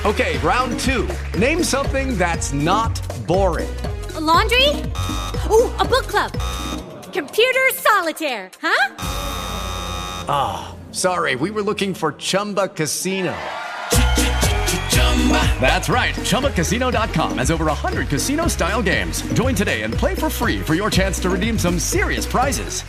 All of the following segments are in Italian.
Okay, round two. Name something that's not boring. A laundry? Ooh, a book club. Computer solitaire, huh? Ah, sorry, we were looking for Chumba Casino. That's right, ChumbaCasino.com has over 100 casino-style games. Join today and play for free for your chance to redeem some serious prizes.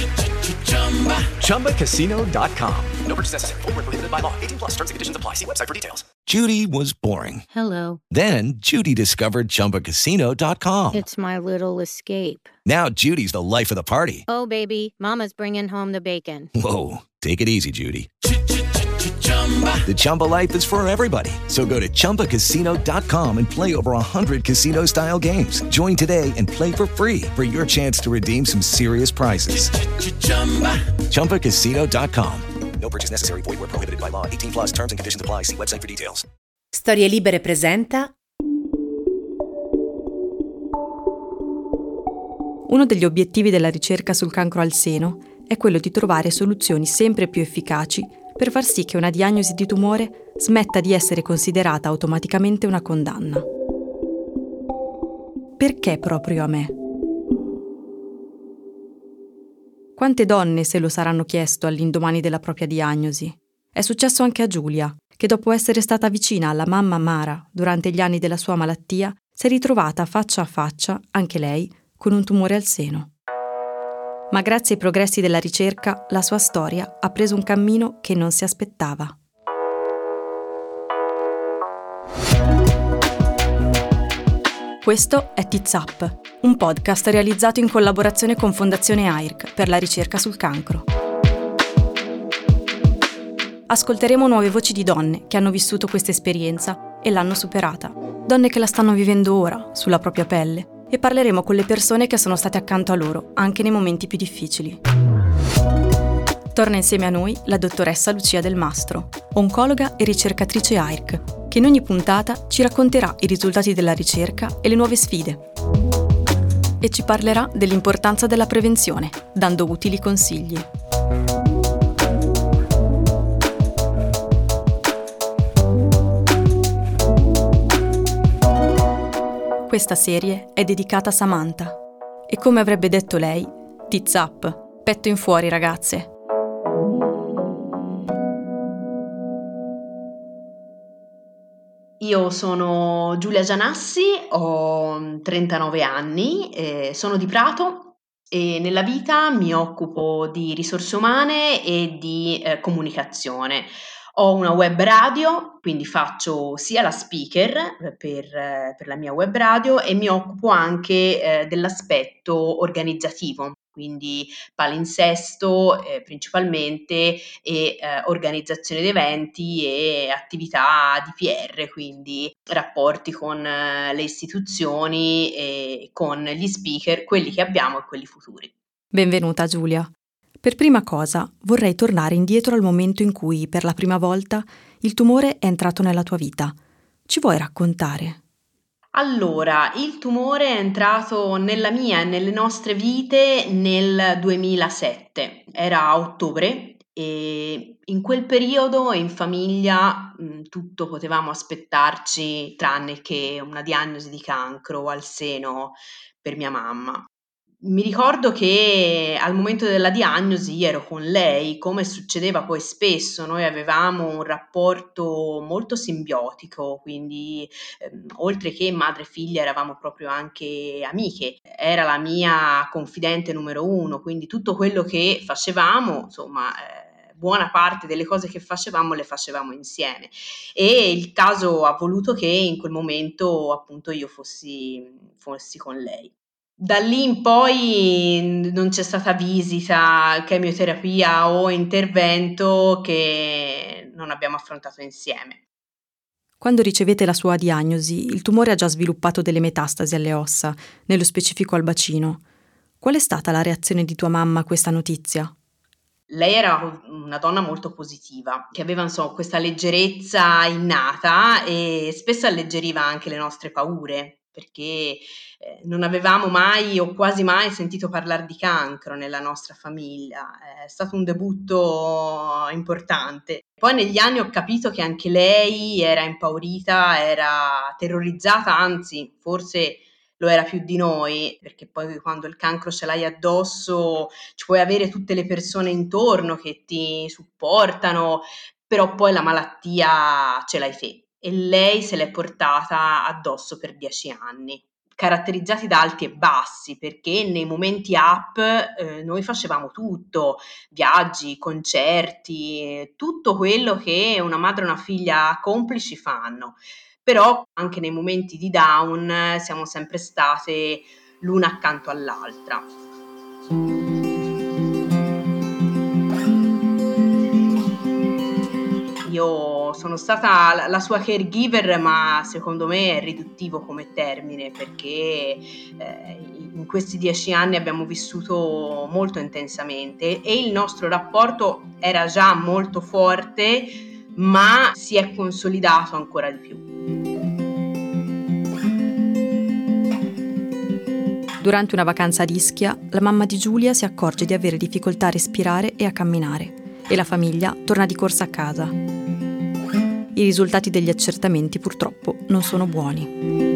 ChumbaCasino.com. No purchase necessary. Void where prohibited by law. 18+ terms and conditions apply. See website for details. Judy was boring. Hello. Then Judy discovered ChumbaCasino.com. It's my little escape. Now Judy's the life of the party. Oh, baby, mama's bringing home the bacon. Whoa, take it easy, Judy. The Chumba life is for everybody. So go to ChumbaCasino.com and play over 100 casino-style games. Join today and play for free for your chance to redeem some serious prizes. ChumbaCasino.com. No purchase necessary. Void where prohibited by law. 18+ terms and conditions apply. See website for details. Storie Libere presenta. Uno degli obiettivi della ricerca sul cancro al seno è quello di trovare soluzioni sempre più efficaci per far sì che una diagnosi di tumore smetta di essere considerata automaticamente una condanna. Perché proprio a me? Quante donne se lo saranno chiesto all'indomani della propria diagnosi? È successo anche a Giulia, che dopo essere stata vicina alla mamma Mara durante gli anni della sua malattia, si è ritrovata faccia a faccia, anche lei, con un tumore al seno. Ma grazie ai progressi della ricerca, la sua storia ha preso un cammino che non si aspettava. Questo è Tits Up, un podcast realizzato in collaborazione con Fondazione AIRC per la ricerca sul cancro. Ascolteremo nuove voci di donne che hanno vissuto questa esperienza e l'hanno superata, donne che la stanno vivendo ora, sulla propria pelle, e parleremo con le persone che sono state accanto a loro, anche nei momenti più difficili. Torna insieme a noi la dottoressa Lucia Del Mastro, oncologa e ricercatrice AIRC, che in ogni puntata ci racconterà i risultati della ricerca e le nuove sfide. E ci parlerà dell'importanza della prevenzione, dando utili consigli. Questa serie è dedicata a Samantha. E come avrebbe detto lei, tits up, petto in fuori ragazze. Io sono Giulia Gianassi, ho 39 anni, sono di Prato e nella vita mi occupo di risorse umane e di comunicazione. Ho una web radio, quindi faccio sia la speaker per la mia web radio e mi occupo anche dell'aspetto organizzativo, quindi palinsesto principalmente e organizzazione di eventi e attività di PR, quindi rapporti con le istituzioni e con gli speaker, quelli che abbiamo e quelli futuri. Benvenuta Giulia. Per prima cosa vorrei tornare indietro al momento in cui, per la prima volta, il tumore è entrato nella tua vita. Ci vuoi raccontare? Allora, il tumore è entrato nella mia e nelle nostre vite nel 2007. Era a ottobre e in quel periodo in famiglia tutto potevamo aspettarci tranne che una diagnosi di cancro al seno per mia mamma. Mi ricordo che al momento della diagnosi ero con lei, come succedeva poi spesso, noi avevamo un rapporto molto simbiotico, quindi oltre che madre e figlia eravamo proprio anche amiche. Era la mia confidente numero uno, quindi tutto quello che facevamo, insomma, buona parte delle cose che facevamo le facevamo insieme. E il caso ha voluto che in quel momento appunto io fossi con lei. Da lì in poi non c'è stata visita, chemioterapia o intervento che non abbiamo affrontato insieme. Quando ricevete la sua diagnosi, il tumore ha già sviluppato delle metastasi alle ossa, nello specifico al bacino. Qual è stata la reazione di tua mamma a questa notizia? Lei era una donna molto positiva, che aveva insomma questa leggerezza innata e spesso alleggeriva anche le nostre paure. perché non avevamo mai o quasi mai sentito parlare di cancro nella nostra famiglia. È stato un debutto importante. Poi negli anni ho capito che anche lei era impaurita, era terrorizzata, anzi forse lo era più di noi, perché poi quando il cancro ce l'hai addosso ci puoi avere tutte le persone intorno che ti supportano, però poi la malattia ce l'hai te. E lei se l'è portata addosso per 10 anni, caratterizzati da alti e bassi, perché nei momenti up noi facevamo tutto, viaggi, concerti, tutto quello che una madre e una figlia complici fanno. Però anche nei momenti di down siamo sempre state l'una accanto all'altra. Io sono stata la sua caregiver, ma secondo me è riduttivo come termine, perché in questi 10 anni abbiamo vissuto molto intensamente e il nostro rapporto era già molto forte, ma si è consolidato ancora di più. Durante una vacanza ad Ischia, la mamma di Giulia si accorge di avere difficoltà a respirare e a camminare e la famiglia torna di corsa a casa. I risultati degli accertamenti purtroppo non sono buoni.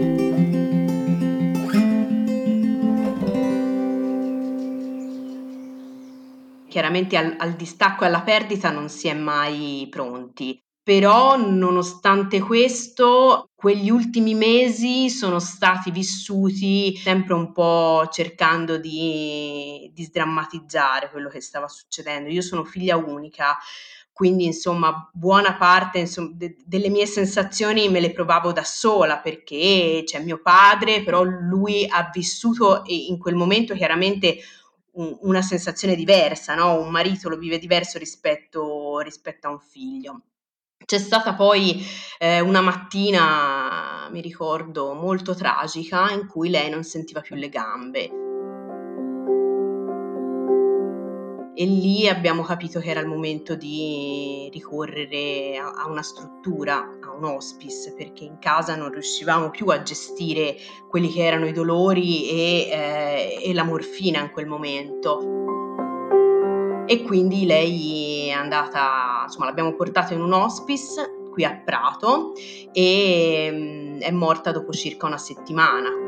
Chiaramente al distacco e alla perdita non si è mai pronti, però nonostante questo quegli ultimi mesi sono stati vissuti sempre un po' cercando di sdrammatizzare quello che stava succedendo. Io sono figlia unica, quindi insomma buona parte delle mie sensazioni me le provavo da sola, perché c'è mio padre, però lui ha vissuto in quel momento chiaramente una sensazione diversa, no? Un marito lo vive diverso rispetto a un figlio. C'è stata poi una mattina, mi ricordo, molto tragica, in cui lei non sentiva più le gambe. E lì abbiamo capito che era il momento di ricorrere a una struttura, a un hospice, perché in casa non riuscivamo più a gestire quelli che erano i dolori e la morfina in quel momento. E quindi lei è andata, insomma, l'abbiamo portata in un hospice qui a Prato e è morta dopo circa una settimana.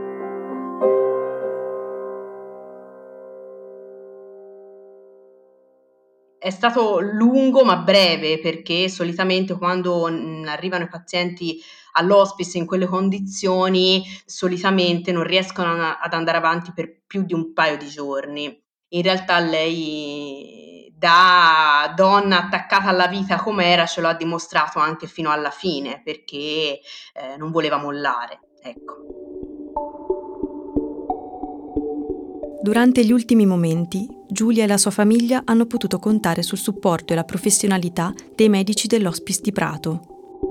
È stato lungo ma breve, perché solitamente quando arrivano i pazienti all'hospice in quelle condizioni, solitamente non riescono ad andare avanti per più di un paio di giorni. In realtà lei, da donna attaccata alla vita com'era, ce lo ha dimostrato anche fino alla fine, perché non voleva mollare, ecco. Durante gli ultimi momenti, Giulia e la sua famiglia hanno potuto contare sul supporto e la professionalità dei medici dell'hospice di Prato.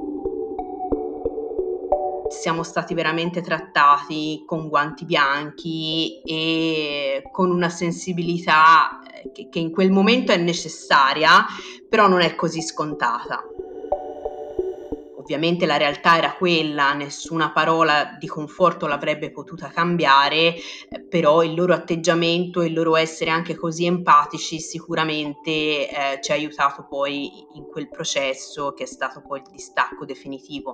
Siamo stati veramente trattati con guanti bianchi e con una sensibilità che in quel momento è necessaria, però non è così scontata. Ovviamente la realtà era quella, nessuna parola di conforto l'avrebbe potuta cambiare, però il loro atteggiamento e il loro essere anche così empatici sicuramente ci ha aiutato poi in quel processo che è stato poi il distacco definitivo.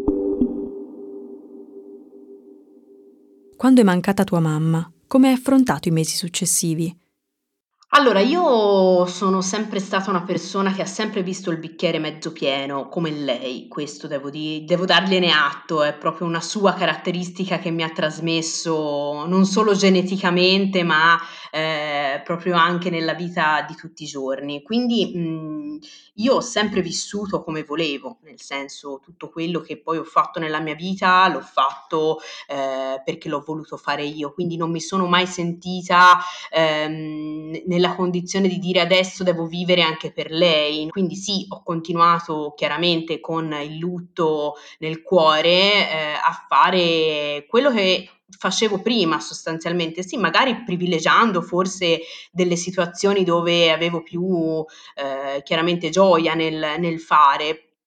Quando è mancata tua mamma, come hai affrontato i mesi successivi? Allora, io sono sempre stata una persona che ha sempre visto il bicchiere mezzo pieno, come lei, questo devo dargliene atto, è proprio una sua caratteristica che mi ha trasmesso non solo geneticamente, ma proprio anche nella vita di tutti i giorni. Quindi io ho sempre vissuto come volevo, nel senso tutto quello che poi ho fatto nella mia vita l'ho fatto perché l'ho voluto fare io, quindi non mi sono mai sentita nella condizione di dire adesso devo vivere anche per lei. Quindi sì, ho continuato chiaramente con il lutto nel cuore a fare quello che facevo prima sostanzialmente, sì, magari privilegiando forse delle situazioni dove avevo più chiaramente gioia nel fare,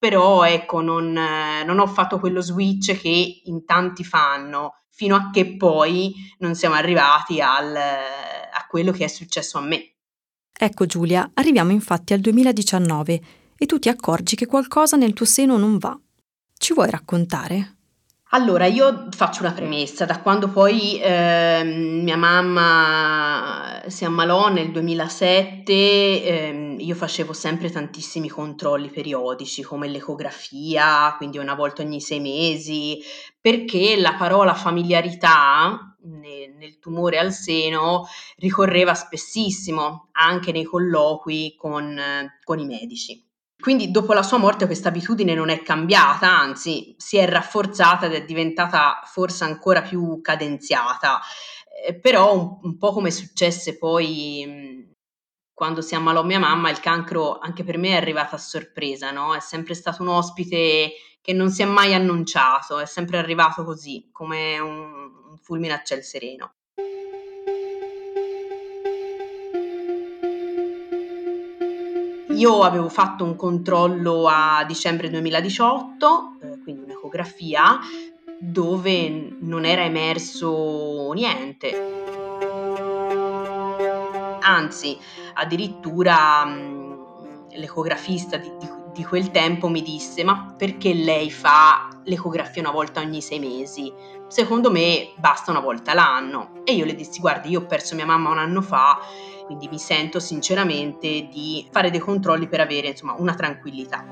però ecco non ho fatto quello switch che in tanti fanno, fino a che poi non siamo arrivati a quello che è successo a me. Ecco Giulia, arriviamo infatti al 2019 e tu ti accorgi che qualcosa nel tuo seno non va. Ci vuoi raccontare? Allora, io faccio una premessa, da quando poi mia mamma si ammalò nel 2007, io facevo sempre tantissimi controlli periodici, come l'ecografia, quindi una volta ogni 6 mesi, perché la parola familiarità nel tumore al seno ricorreva spessissimo, anche nei colloqui con i medici. Quindi dopo la sua morte questa abitudine non è cambiata, anzi si è rafforzata ed è diventata forse ancora più cadenziata. Però un po' come successe poi quando si ammalò mia mamma, il cancro anche per me è arrivato a sorpresa, no? È sempre stato un ospite che non si è mai annunciato, è sempre arrivato così, come un fulmine a ciel sereno. Io avevo fatto un controllo a dicembre 2018, quindi un'ecografia, dove non era emerso niente. Anzi, addirittura, l'ecografista di quel tempo mi disse: "Ma perché lei fa l'ecografia una volta ogni 6 mesi? Secondo me basta una volta l'anno". E io le dissi: "Guardi, io ho perso mia mamma 1 anno fa, quindi mi sento sinceramente di fare dei controlli per avere, insomma, una tranquillità".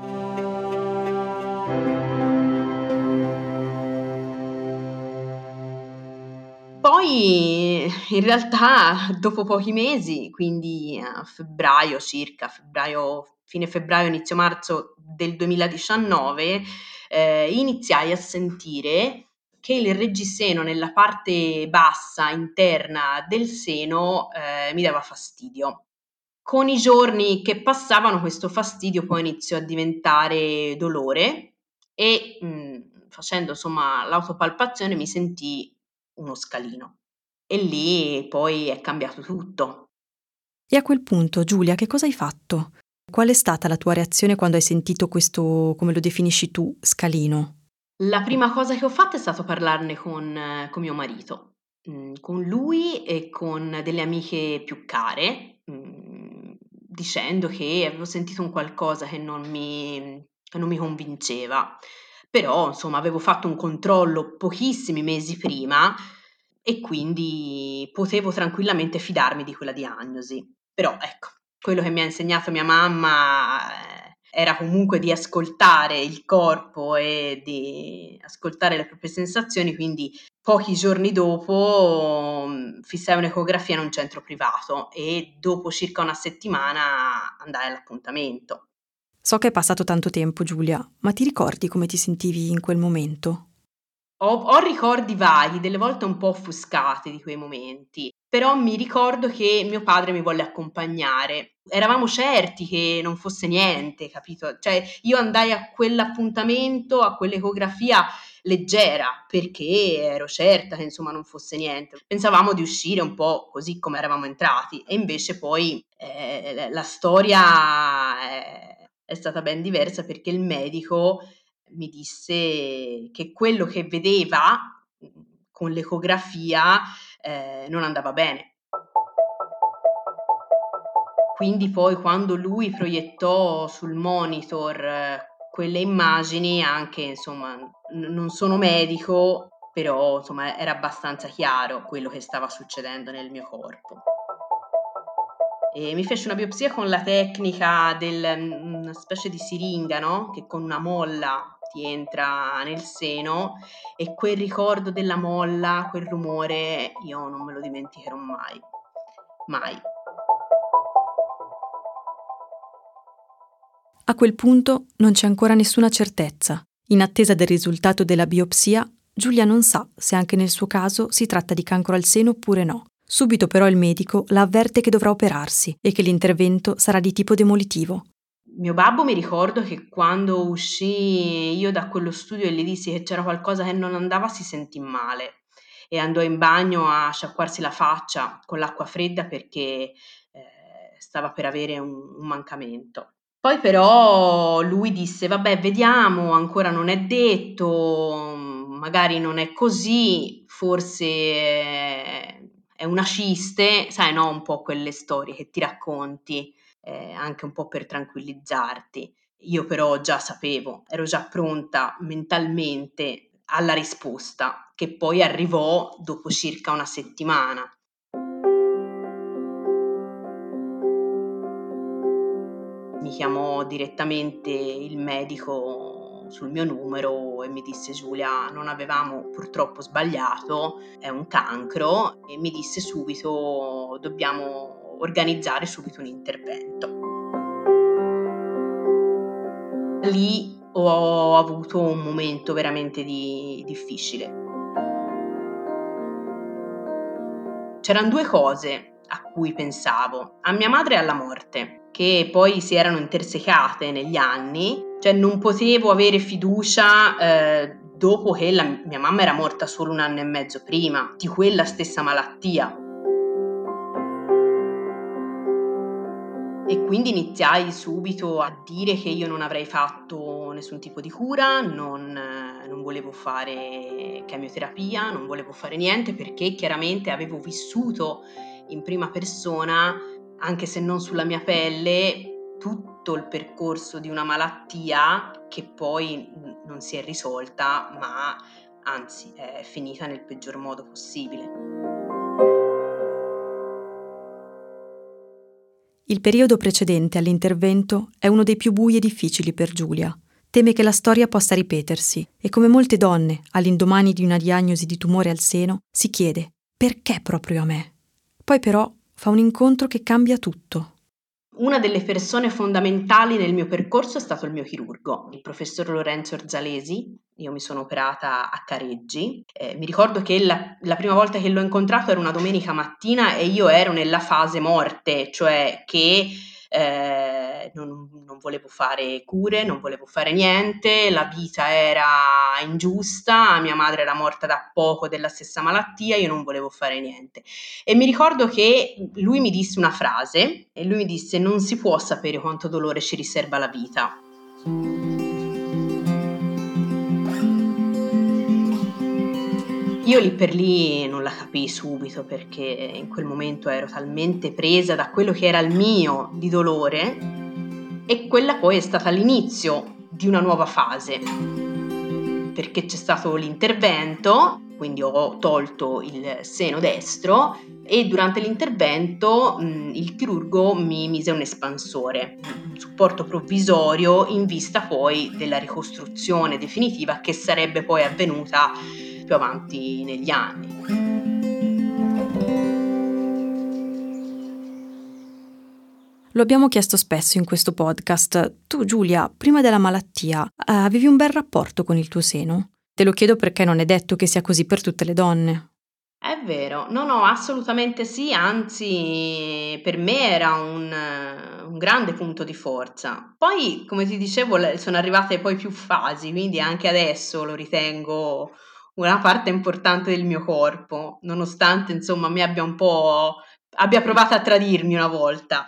Poi in realtà dopo pochi mesi, quindi a febbraio circa, fine febbraio, inizio marzo del 2019, iniziai a sentire che il reggiseno nella parte bassa interna del seno, mi dava fastidio. Con i giorni che passavano questo fastidio poi iniziò a diventare dolore e, facendo insomma l'autopalpazione mi sentii uno scalino e lì poi è cambiato tutto. E a quel punto, Giulia, che cosa hai fatto? Qual è stata la tua reazione quando hai sentito questo, come lo definisci tu, scalino? La prima cosa che ho fatto è stato parlarne con mio marito, con lui e con delle amiche più care, dicendo che avevo sentito un qualcosa che non mi convinceva. Però, insomma, avevo fatto un controllo pochissimi mesi prima e quindi potevo tranquillamente fidarmi di quella diagnosi. Però, ecco, quello che mi ha insegnato mia mamma, era comunque di ascoltare il corpo e di ascoltare le proprie sensazioni, quindi pochi giorni dopo, fissai un'ecografia in un centro privato e dopo circa una settimana andai all'appuntamento. So che è passato tanto tempo, Giulia, ma ti ricordi come ti sentivi in quel momento? Ho ricordi vaghi, delle volte un po' offuscati di quei momenti, però mi ricordo che mio padre mi volle accompagnare. Eravamo certi che non fosse niente, capito? Cioè, io andai a quell'appuntamento, a quell'ecografia leggera, perché ero certa che insomma non fosse niente. Pensavamo di uscire un po' così come eravamo entrati e invece poi la storia è stata ben diversa perché il medico mi disse che quello che vedeva, con l'ecografia, non andava bene. Quindi poi quando lui proiettò sul monitor quelle immagini anche insomma, non sono medico, però insomma era abbastanza chiaro quello che stava succedendo nel mio corpo. Mi fece una biopsia con la tecnica una specie di siringa, no, che con una molla ti entra nel seno e quel ricordo della molla, quel rumore, io non me lo dimenticherò mai, mai. A quel punto non c'è ancora nessuna certezza. In attesa del risultato della biopsia, Giulia non sa se anche nel suo caso si tratta di cancro al seno oppure no. Subito però il medico la avverte che dovrà operarsi e che l'intervento sarà di tipo demolitivo. Mio babbo mi ricordo che quando uscii io da quello studio e gli dissi che c'era qualcosa che non andava, si sentì male e andò in bagno a sciacquarsi la faccia con l'acqua fredda perché, stava per avere un mancamento. Poi però lui disse: vabbè, vediamo, ancora non è detto, magari non è così, forse è una ciste, sai, no, un po' quelle storie che ti racconti, anche un po' per tranquillizzarti. Io però già sapevo, ero già pronta mentalmente alla risposta, che poi arrivò dopo circa una settimana. Mi chiamò direttamente il medico sul mio numero e mi disse: Giulia, non avevamo purtroppo sbagliato, è un cancro, e mi disse subito: dobbiamo organizzare subito un intervento. Lì ho avuto un momento veramente difficile. C'eran 2 cose a cui pensavo: a mia madre e alla morte, che poi si erano intersecate negli anni, cioè non potevo avere fiducia, dopo che la mia mamma era morta solo 1 anno e mezzo prima, di quella stessa malattia. E quindi iniziai subito a dire che io non avrei fatto nessun tipo di cura, non volevo fare chemioterapia, non volevo fare niente, perché chiaramente avevo vissuto in prima persona, anche se non sulla mia pelle, tutto il percorso di una malattia che poi non si è risolta, ma anzi è finita nel peggior modo possibile. Il periodo precedente all'intervento è uno dei più bui e difficili per Giulia. Teme che la storia possa ripetersi e, come molte donne, all'indomani di una diagnosi di tumore al seno, si chiede: perché proprio a me? Poi però fa un incontro che cambia tutto. Una delle persone fondamentali nel mio percorso è stato il mio chirurgo, il professor Lorenzo Orzalesi. Io mi sono operata a Careggi. Mi ricordo che la prima volta che l'ho incontrato era una domenica mattina e io ero nella fase morte, cioè che non volevo fare cure, non volevo fare niente, la vita era ingiusta, mia madre era morta da poco della stessa malattia, io non volevo fare niente. E mi ricordo che lui mi disse una frase, e lui mi disse: non si può sapere quanto dolore ci riserva la vita. Io lì per lì non la capii subito, perché in quel momento ero talmente presa da quello che era il mio di dolore, e quella poi è stata l'inizio di una nuova fase, perché c'è stato l'intervento, quindi ho tolto il seno destro e durante l'intervento il chirurgo mi mise un espansore, un supporto provvisorio in vista poi della ricostruzione definitiva che sarebbe poi avvenuta più avanti negli anni. Lo abbiamo chiesto spesso in questo podcast. Tu, Giulia, prima della malattia, avevi un bel rapporto con il tuo seno? Te lo chiedo perché non è detto che sia così per tutte le donne. È vero, no, assolutamente sì, anzi per me era un grande punto di forza. Poi, come ti dicevo, sono arrivate poi più fasi, quindi anche adesso lo ritengo una parte importante del mio corpo, nonostante insomma mi abbia provato a tradirmi una volta.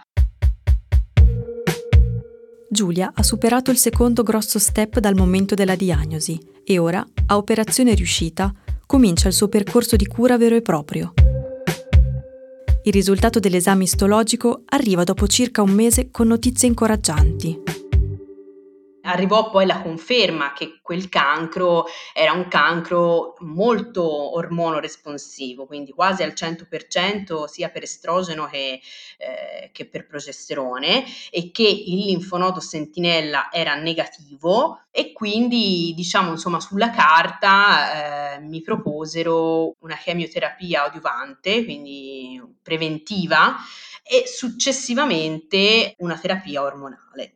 Giulia ha superato il secondo grosso step dal momento della diagnosi e ora, a operazione riuscita, comincia il suo percorso di cura vero e proprio. Il risultato dell'esame istologico arriva dopo circa un mese con notizie incoraggianti. Arrivò poi la conferma che quel cancro era un cancro molto ormonoresponsivo, quindi quasi al 100% sia per estrogeno che per progesterone, e che il linfonodo sentinella era negativo, e quindi diciamo insomma sulla carta mi proposero una chemioterapia adiuvante, quindi preventiva, e successivamente una terapia ormonale.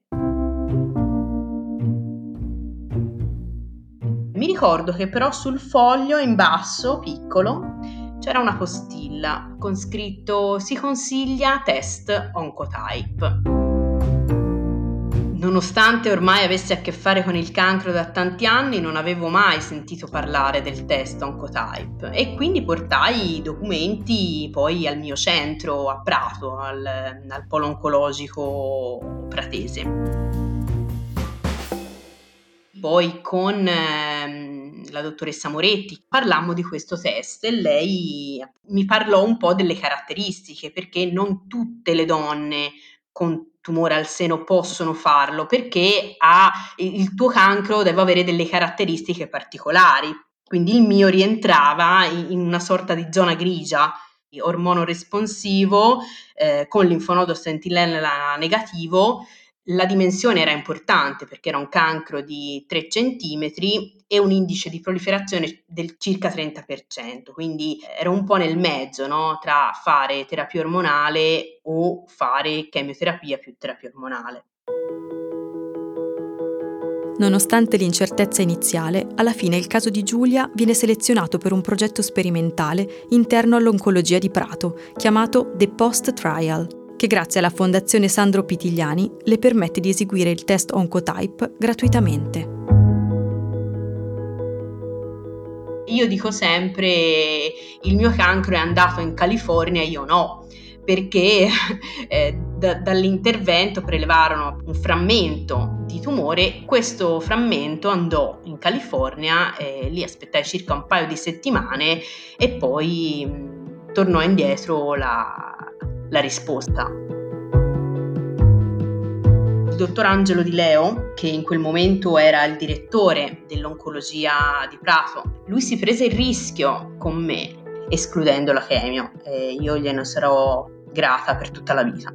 Mi ricordo che però sul foglio in basso, piccolo, c'era una postilla con scritto: si consiglia test Oncotype. Non Nonostante ormai avessi a che fare con il cancro da tanti anni, non avevo mai sentito parlare del test Oncotype e quindi portai i documenti poi al mio centro a Prato, al polo oncologico pratese. Poi con la dottoressa Moretti parlammo di questo test e lei mi parlò un po' delle caratteristiche, perché non tutte le donne con tumore al seno possono farlo, perché il tuo cancro deve avere delle caratteristiche particolari. Quindi il mio rientrava in una sorta di zona grigia, ormonoresponsivo, con linfonodo sentinella negativo. La dimensione era importante perché era un cancro di 3 centimetri e un indice di proliferazione del circa 30%, quindi ero un po' nel mezzo, no? Tra fare terapia ormonale o fare chemioterapia più terapia ormonale. Nonostante l'incertezza iniziale, alla fine il caso di Giulia viene selezionato per un progetto sperimentale interno all'oncologia di Prato, chiamato The Post Trial, che grazie alla Fondazione Sandro Pitigliani le permette di eseguire il test Oncotype gratuitamente. Io dico sempre, il mio cancro è andato in California, io no, perché dall'intervento prelevarono un frammento di tumore, questo frammento andò in California, lì aspettai circa un paio di settimane e poi tornò indietro la risposta. Il dottor Angelo Di Leo, che in quel momento era il direttore dell'oncologia di Prato, lui si prese il rischio con me, escludendo la chemio, e io gliene sarò grata per tutta la vita.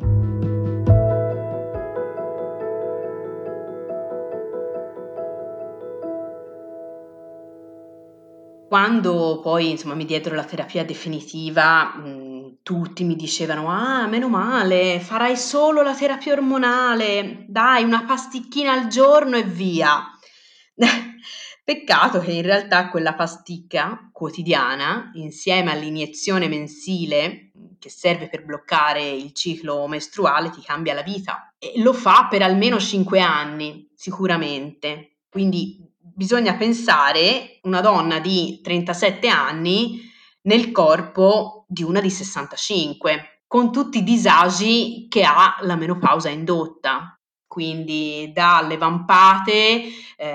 Quando poi mi diedero la terapia definitiva, tutti mi dicevano: ah, meno male, farai solo la terapia ormonale, dai, una pasticchina al giorno e via. Peccato che in realtà quella pasticca quotidiana, insieme all'iniezione mensile che serve per bloccare il ciclo mestruale, ti cambia la vita. E lo fa per almeno 5 anni, sicuramente. Quindi bisogna pensare una donna di 37 anni nel corpo di una di 65, con tutti i disagi che ha la menopausa indotta, quindi dalle vampate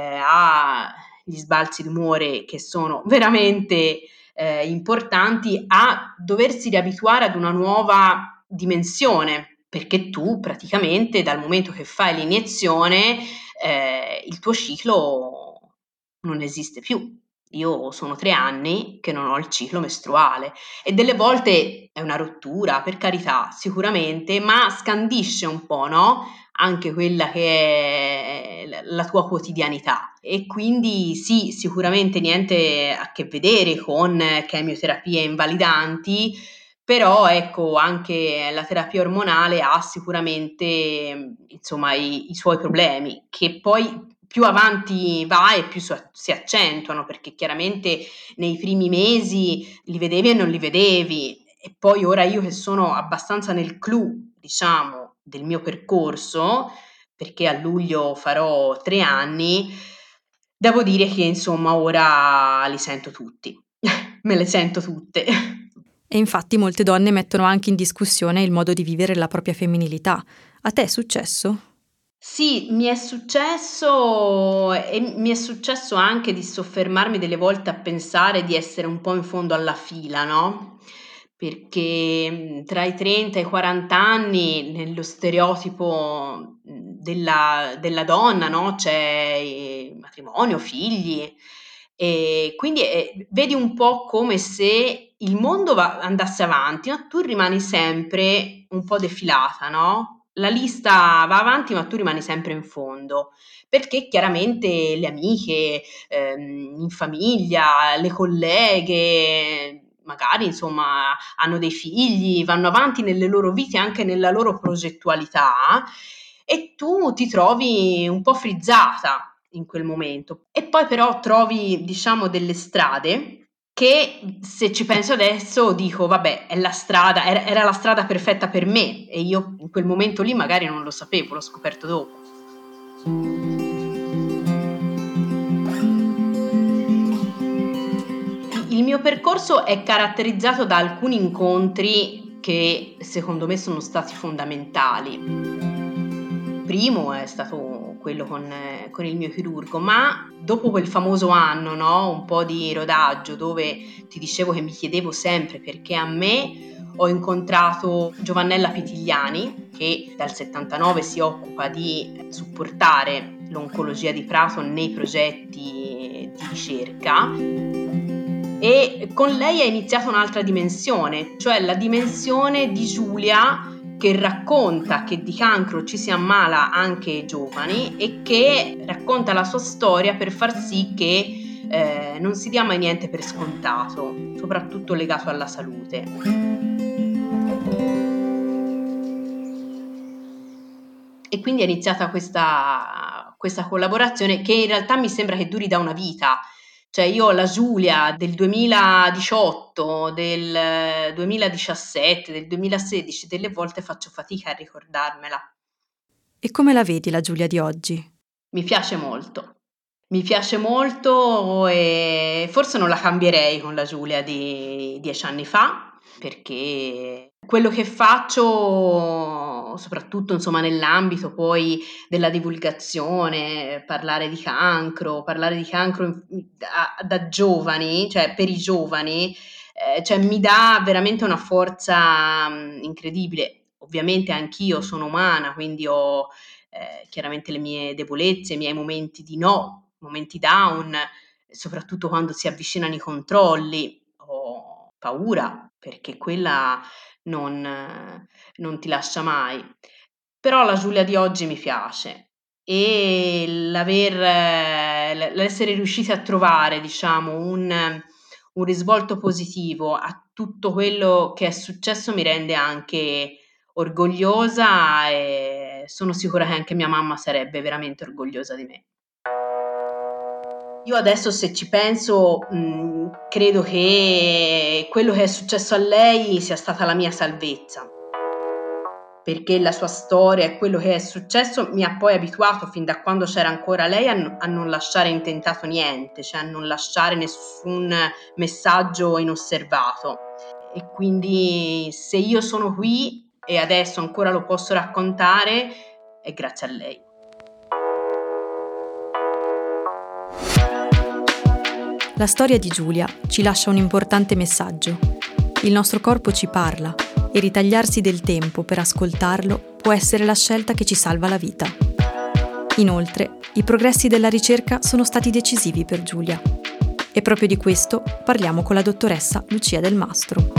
agli sbalzi d'umore che sono veramente importanti, a doversi riabituare ad una nuova dimensione, perché tu praticamente dal momento che fai l'iniezione il tuo ciclo non esiste più. Io sono 3 anni che non ho il ciclo mestruale e delle volte è una rottura, per carità, sicuramente, ma scandisce un po', no? Anche quella che è la tua quotidianità. E quindi sì, sicuramente niente a che vedere con chemioterapie invalidanti, però ecco, anche la terapia ormonale ha sicuramente i suoi problemi, che poi più avanti va e più si accentuano, perché chiaramente nei primi mesi li vedevi e non li vedevi, e poi ora io che sono abbastanza nel clou, diciamo, del mio percorso, perché a luglio farò 3 anni, devo dire che insomma ora li sento tutti, me le sento tutte. E infatti molte donne mettono anche in discussione il modo di vivere la propria femminilità. A te è successo? Sì, mi è successo e mi è successo anche di soffermarmi delle volte a pensare di essere un po' in fondo alla fila, no? Perché tra i 30 e i 40 anni, nello stereotipo della donna, no? C'è matrimonio, figli, e quindi vedi un po' come se il mondo andasse avanti, ma tu rimani sempre un po' defilata, no? La lista va avanti, ma tu rimani sempre in fondo, perché chiaramente le amiche, in famiglia, le colleghe, magari insomma hanno dei figli, vanno avanti nelle loro vite, anche nella loro progettualità, e tu ti trovi un po' frizzata in quel momento. E poi però trovi, diciamo, delle strade che, se ci penso adesso, dico vabbè, è la strada, era la strada perfetta per me, e io in quel momento lì magari non lo sapevo, l'ho scoperto dopo. Il mio percorso è caratterizzato da alcuni incontri che secondo me sono stati fondamentali. Il primo è stato quello con il mio chirurgo, ma dopo quel famoso anno, no, un po' di rodaggio, dove ti dicevo che mi chiedevo sempre perché a me, ho incontrato Giovannella Pitigliani, che dal 79 si occupa di supportare l'oncologia di Prato nei progetti di ricerca. E con lei è iniziata un'altra dimensione, cioè la dimensione di Giulia che racconta che di cancro ci si ammala anche giovani e che racconta la sua storia per far sì che non si dia mai niente per scontato, soprattutto legato alla salute. E quindi è iniziata questa collaborazione che in realtà mi sembra che duri da una vita. Cioè io la Giulia del 2018, del 2017, del 2016, delle volte faccio fatica a ricordarmela. E come la vedi la Giulia di oggi? Mi piace molto e forse non la cambierei con la Giulia di 10 anni fa, perché quello che faccio, soprattutto insomma nell'ambito poi della divulgazione, parlare di cancro da giovani, cioè per i giovani, cioè mi dà veramente una forza incredibile. Ovviamente anch'io sono umana, quindi ho chiaramente le mie debolezze, i miei momenti di no, momenti down, soprattutto quando si avvicinano i controlli. Ho paura perché quella non ti lascia mai. Però la Giulia di oggi mi piace e l'essere riusciti a trovare, diciamo, un risvolto positivo a tutto quello che è successo mi rende anche orgogliosa e sono sicura che anche mia mamma sarebbe veramente orgogliosa di me. Io adesso se ci penso, credo che quello che è successo a lei sia stata la mia salvezza, perché la sua storia e quello che è successo mi ha poi abituato fin da quando c'era ancora lei a non lasciare intentato niente, cioè a non lasciare nessun messaggio inosservato. E quindi se io sono qui e adesso ancora lo posso raccontare è grazie a lei. La storia di Giulia ci lascia un importante messaggio. Il nostro corpo ci parla e ritagliarsi del tempo per ascoltarlo può essere la scelta che ci salva la vita. Inoltre, i progressi della ricerca sono stati decisivi per Giulia. E proprio di questo parliamo con la dottoressa Lucia Del Mastro.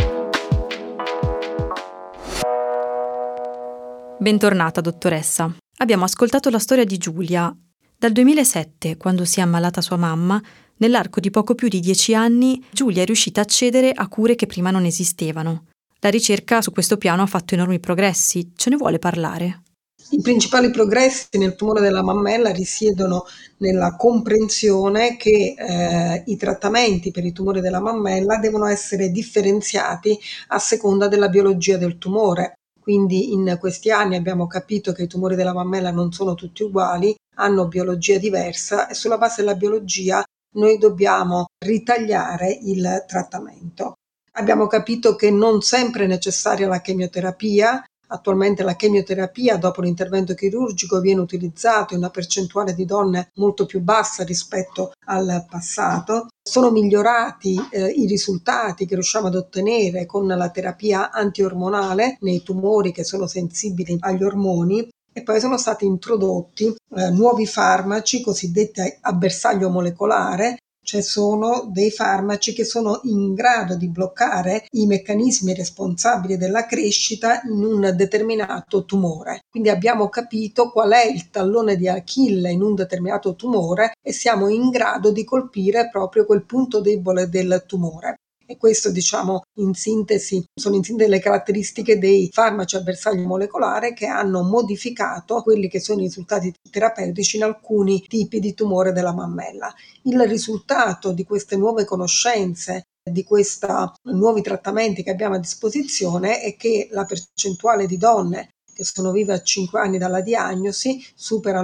Bentornata, dottoressa. Abbiamo ascoltato la storia di Giulia. Dal 2007, quando si è ammalata sua mamma, nell'arco di poco più di 10 anni, Giulia è riuscita a accedere a cure che prima non esistevano. La ricerca su questo piano ha fatto enormi progressi. Ce ne vuole parlare? I principali progressi nel tumore della mammella risiedono nella comprensione che i trattamenti per i tumori della mammella devono essere differenziati a seconda della biologia del tumore. Quindi in questi anni abbiamo capito che i tumori della mammella non sono tutti uguali, hanno biologia diversa e sulla base della biologia noi dobbiamo ritagliare il trattamento. Abbiamo capito che non sempre è necessaria la chemioterapia. Attualmente la chemioterapia dopo l'intervento chirurgico viene utilizzata in una percentuale di donne molto più bassa rispetto al passato. Sono migliorati i risultati che riusciamo ad ottenere con la terapia antiormonale nei tumori che sono sensibili agli ormoni. E poi sono stati introdotti nuovi farmaci cosiddetti a bersaglio molecolare, cioè sono dei farmaci che sono in grado di bloccare i meccanismi responsabili della crescita in un determinato tumore. Quindi abbiamo capito qual è il tallone di Achille in un determinato tumore e siamo in grado di colpire proprio quel punto debole del tumore. E questo, diciamo, in sintesi, sono in sintesi le caratteristiche dei farmaci a bersaglio molecolare che hanno modificato quelli che sono i risultati terapeutici in alcuni tipi di tumore della mammella. Il risultato di queste nuove conoscenze, di questi nuovi trattamenti che abbiamo a disposizione è che la percentuale di donne che sono vive a 5 anni dalla diagnosi supera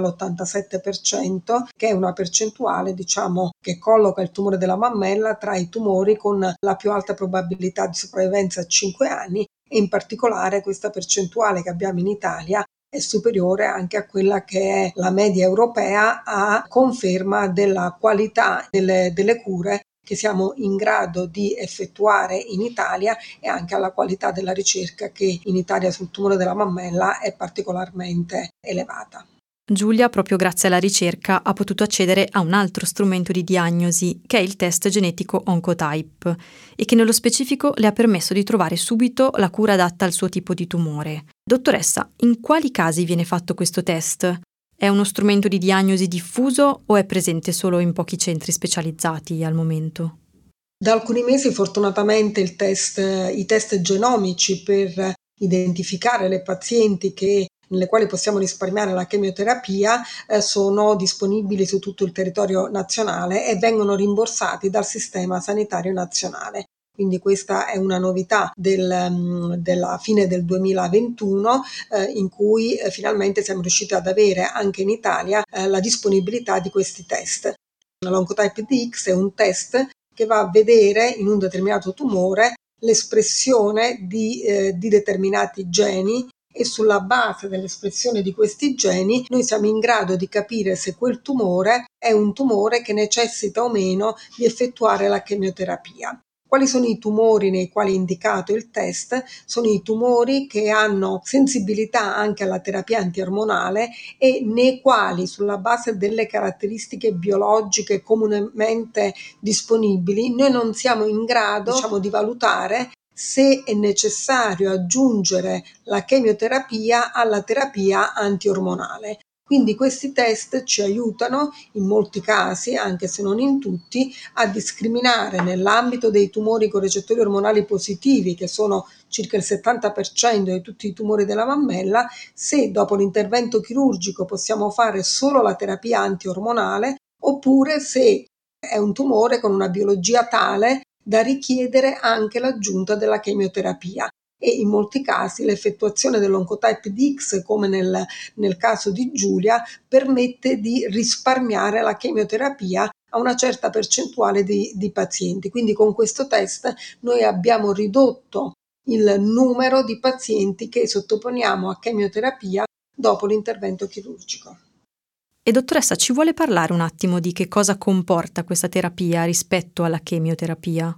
l'87%, che è una percentuale, che colloca il tumore della mammella tra i tumori con la più alta probabilità di sopravvivenza a 5 anni, e in particolare questa percentuale che abbiamo in Italia è superiore anche a quella che è la media europea, a conferma della qualità delle cure che siamo in grado di effettuare in Italia, e anche alla qualità della ricerca che in Italia sul tumore della mammella è particolarmente elevata. Giulia, proprio grazie alla ricerca, ha potuto accedere a un altro strumento di diagnosi, che è il test genetico Oncotype, e che nello specifico le ha permesso di trovare subito la cura adatta al suo tipo di tumore. Dottoressa, in quali casi viene fatto questo test? È uno strumento di diagnosi diffuso o è presente solo in pochi centri specializzati al momento? Da alcuni mesi fortunatamente i test genomici per identificare le pazienti nelle quali possiamo risparmiare la chemioterapia sono disponibili su tutto il territorio nazionale e vengono rimborsati dal sistema sanitario nazionale. Quindi questa è una novità della fine del 2021, in cui finalmente siamo riusciti ad avere anche in Italia la disponibilità di questi test. L'Oncotype DX è un test che va a vedere in un determinato tumore l'espressione di determinati geni, e sulla base dell'espressione di questi geni noi siamo in grado di capire se quel tumore è un tumore che necessita o meno di effettuare la chemioterapia. Quali sono i tumori nei quali è indicato il test? Sono i tumori che hanno sensibilità anche alla terapia antiormonale e nei quali, sulla base delle caratteristiche biologiche comunemente disponibili, noi non siamo in grado, di valutare se è necessario aggiungere la chemioterapia alla terapia antiormonale. Quindi questi test ci aiutano in molti casi, anche se non in tutti, a discriminare nell'ambito dei tumori con recettori ormonali positivi, che sono circa il 70% di tutti i tumori della mammella, se dopo l'intervento chirurgico possiamo fare solo la terapia antiormonale, oppure se è un tumore con una biologia tale da richiedere anche l'aggiunta della chemioterapia. E in molti casi l'effettuazione dell'Oncotype DX, come nel caso di Giulia, permette di risparmiare la chemioterapia a una certa percentuale di pazienti. Quindi con questo test noi abbiamo ridotto il numero di pazienti che sottoponiamo a chemioterapia dopo l'intervento chirurgico. E dottoressa, ci vuole parlare un attimo di che cosa comporta questa terapia rispetto alla chemioterapia?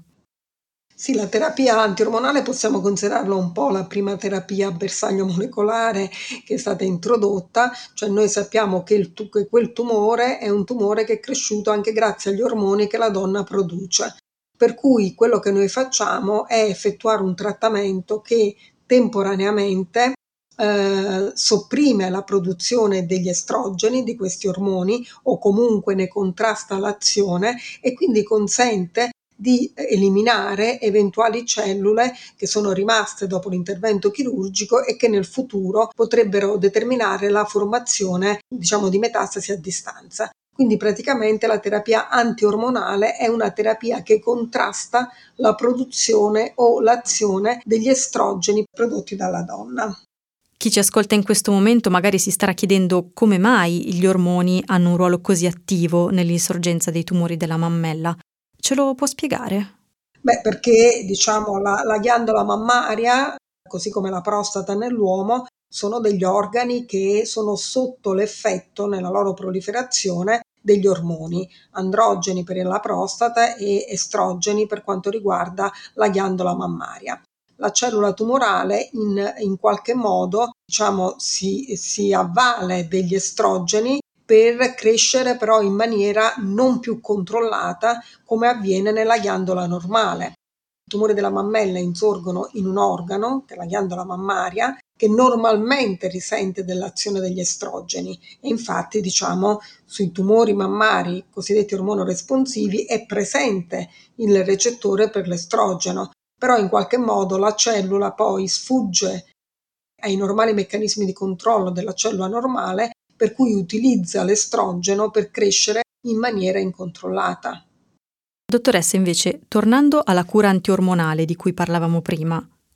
Sì, la terapia antiormonale possiamo considerarla un po' la prima terapia a bersaglio molecolare che è stata introdotta, cioè noi sappiamo che quel tumore è un tumore che è cresciuto anche grazie agli ormoni che la donna produce. Per cui quello che noi facciamo è effettuare un trattamento che temporaneamente sopprime la produzione degli estrogeni, di questi ormoni, o comunque ne contrasta l'azione, e quindi consente di eliminare eventuali cellule che sono rimaste dopo l'intervento chirurgico e che nel futuro potrebbero determinare la formazione, di metastasi a distanza. Quindi praticamente la terapia antiormonale è una terapia che contrasta la produzione o l'azione degli estrogeni prodotti dalla donna. Chi ci ascolta in questo momento magari si starà chiedendo come mai gli ormoni hanno un ruolo così attivo nell'insorgenza dei tumori della mammella. Ce lo può spiegare? Perché la ghiandola mammaria, così come la prostata nell'uomo, sono degli organi che sono sotto l'effetto nella loro proliferazione degli ormoni, androgeni per la prostata e estrogeni per quanto riguarda la ghiandola mammaria. La cellula tumorale in qualche modo si avvale degli estrogeni per crescere però in maniera non più controllata come avviene nella ghiandola normale. I tumori della mammella insorgono in un organo, che è la ghiandola mammaria, che normalmente risente dell'azione degli estrogeni, e infatti sui tumori mammari cosiddetti ormonoresponsivi è presente il recettore per l'estrogeno, però in qualche modo la cellula poi sfugge ai normali meccanismi di controllo della cellula normale, per cui utilizza l'estrogeno per crescere in maniera incontrollata. Dottoressa, invece, tornando alla cura antiormonale di cui parlavamo prima,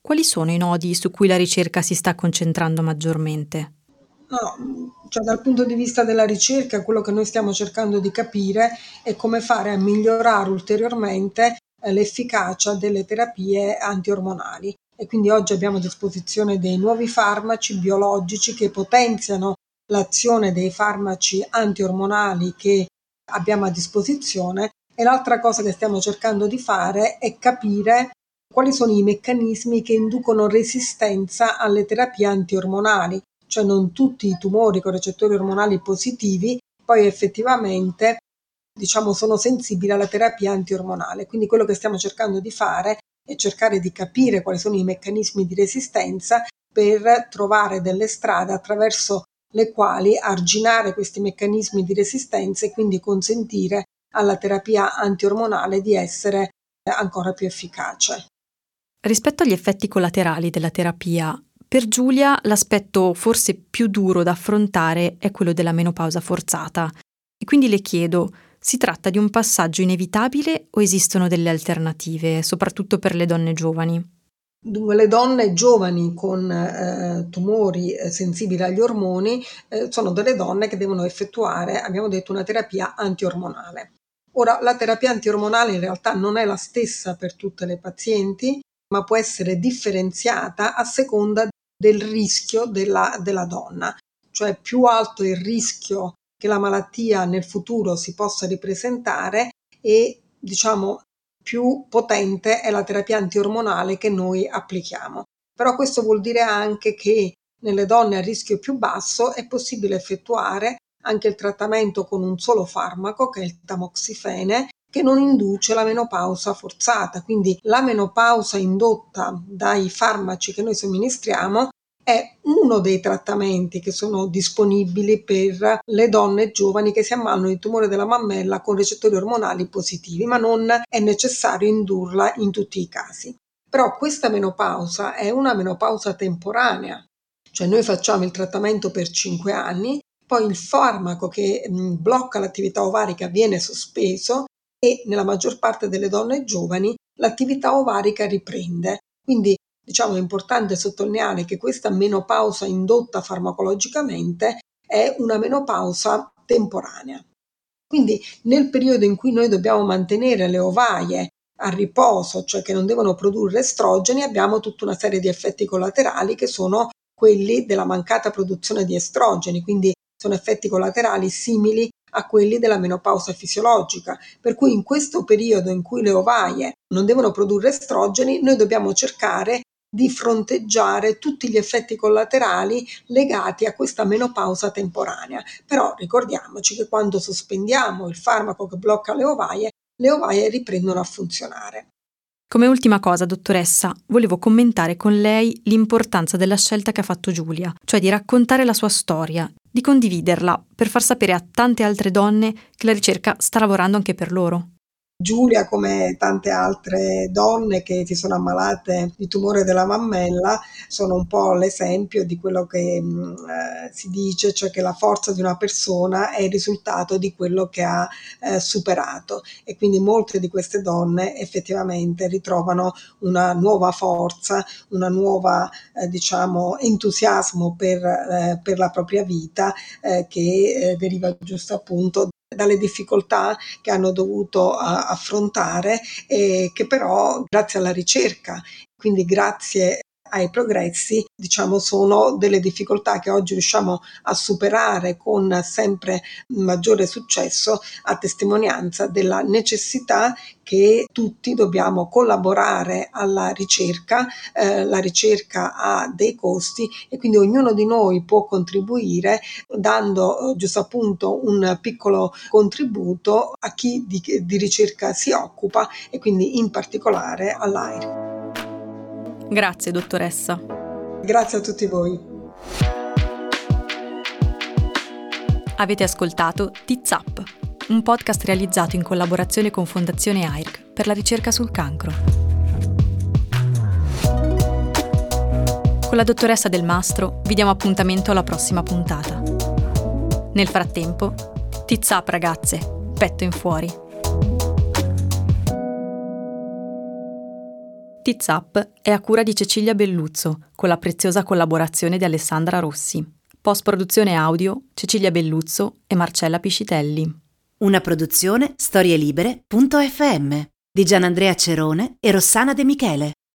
quali sono i nodi su cui la ricerca si sta concentrando maggiormente? No, cioè dal punto di vista della ricerca, quello che noi stiamo cercando di capire è come fare a migliorare ulteriormente l'efficacia delle terapie antiormonali. E quindi oggi abbiamo a disposizione dei nuovi farmaci biologici che potenziano l'azione dei farmaci antiormonali che abbiamo a disposizione. E l'altra cosa che stiamo cercando di fare è capire quali sono i meccanismi che inducono resistenza alle terapie antiormonali, cioè non tutti i tumori con recettori ormonali positivi poi effettivamente sono sensibili alla terapia antiormonale. Quindi quello che stiamo cercando di fare è cercare di capire quali sono i meccanismi di resistenza per trovare delle strade attraverso le quali arginare questi meccanismi di resistenza e quindi consentire alla terapia antiormonale di essere ancora più efficace. Rispetto agli effetti collaterali della terapia, per Giulia l'aspetto forse più duro da affrontare è quello della menopausa forzata. E quindi le chiedo, si tratta di un passaggio inevitabile o esistono delle alternative, soprattutto per le donne giovani? Dunque, le donne giovani con tumori sensibili agli ormoni sono delle donne che devono effettuare, abbiamo detto, una terapia antiormonale. Ora, la terapia antiormonale in realtà non è la stessa per tutte le pazienti, ma può essere differenziata a seconda del rischio della donna. Cioè più alto è il rischio che la malattia nel futuro si possa ripresentare e più potente è la terapia antiormonale che noi applichiamo. Però questo vuol dire anche che nelle donne a rischio più basso è possibile effettuare anche il trattamento con un solo farmaco, che è il tamoxifene, che non induce la menopausa forzata. Quindi la menopausa indotta dai farmaci che noi somministriamo è uno dei trattamenti che sono disponibili per le donne giovani che si ammalano di tumore della mammella con recettori ormonali positivi, ma non è necessario indurla in tutti i casi. Però questa menopausa è una menopausa temporanea, cioè noi facciamo il trattamento per 5 anni, poi il farmaco che blocca l'attività ovarica viene sospeso e nella maggior parte delle donne giovani l'attività ovarica riprende. Quindi è importante sottolineare che questa menopausa indotta farmacologicamente è una menopausa temporanea. Quindi nel periodo in cui noi dobbiamo mantenere le ovaie a riposo, cioè che non devono produrre estrogeni, abbiamo tutta una serie di effetti collaterali che sono quelli della mancata produzione di estrogeni, quindi sono effetti collaterali simili a quelli della menopausa fisiologica, per cui in questo periodo in cui le ovaie non devono produrre estrogeni, noi dobbiamo cercare di fronteggiare tutti gli effetti collaterali legati a questa menopausa temporanea. Però ricordiamoci che quando sospendiamo il farmaco che blocca le ovaie riprendono a funzionare. Come ultima cosa, dottoressa, volevo commentare con lei l'importanza della scelta che ha fatto Giulia, cioè di raccontare la sua storia, di condividerla per far sapere a tante altre donne che la ricerca sta lavorando anche per loro. Giulia, come tante altre donne che si sono ammalate di tumore della mammella, sono un po' l'esempio di quello che si dice, cioè che la forza di una persona è il risultato di quello che ha superato, e quindi molte di queste donne effettivamente ritrovano una nuova forza, una nuova entusiasmo per la propria vita che deriva giusto appunto dalle difficoltà che hanno dovuto affrontare e che però grazie alla ricerca, quindi grazie ai progressi, sono delle difficoltà che oggi riusciamo a superare con sempre maggiore successo, a testimonianza della necessità che tutti dobbiamo collaborare alla ricerca. La ricerca ha dei costi e quindi ognuno di noi può contribuire dando giusto appunto un piccolo contributo a chi di ricerca si occupa e quindi in particolare all'AIRE. Grazie, dottoressa. Grazie a tutti voi. Avete ascoltato Tits Up, un podcast realizzato in collaborazione con Fondazione AIRC per la ricerca sul cancro. Con la dottoressa Del Mastro vi diamo appuntamento alla prossima puntata. Nel frattempo, Tits Up ragazze, petto in fuori. Tits Up è a cura di Cecilia Belluzzo, con la preziosa collaborazione di Alessandra Rossi. Post-produzione audio Cecilia Belluzzo e Marcella Piscitelli. Una produzione storielibere.fm di Gianandrea Cerone e Rossana De Michele.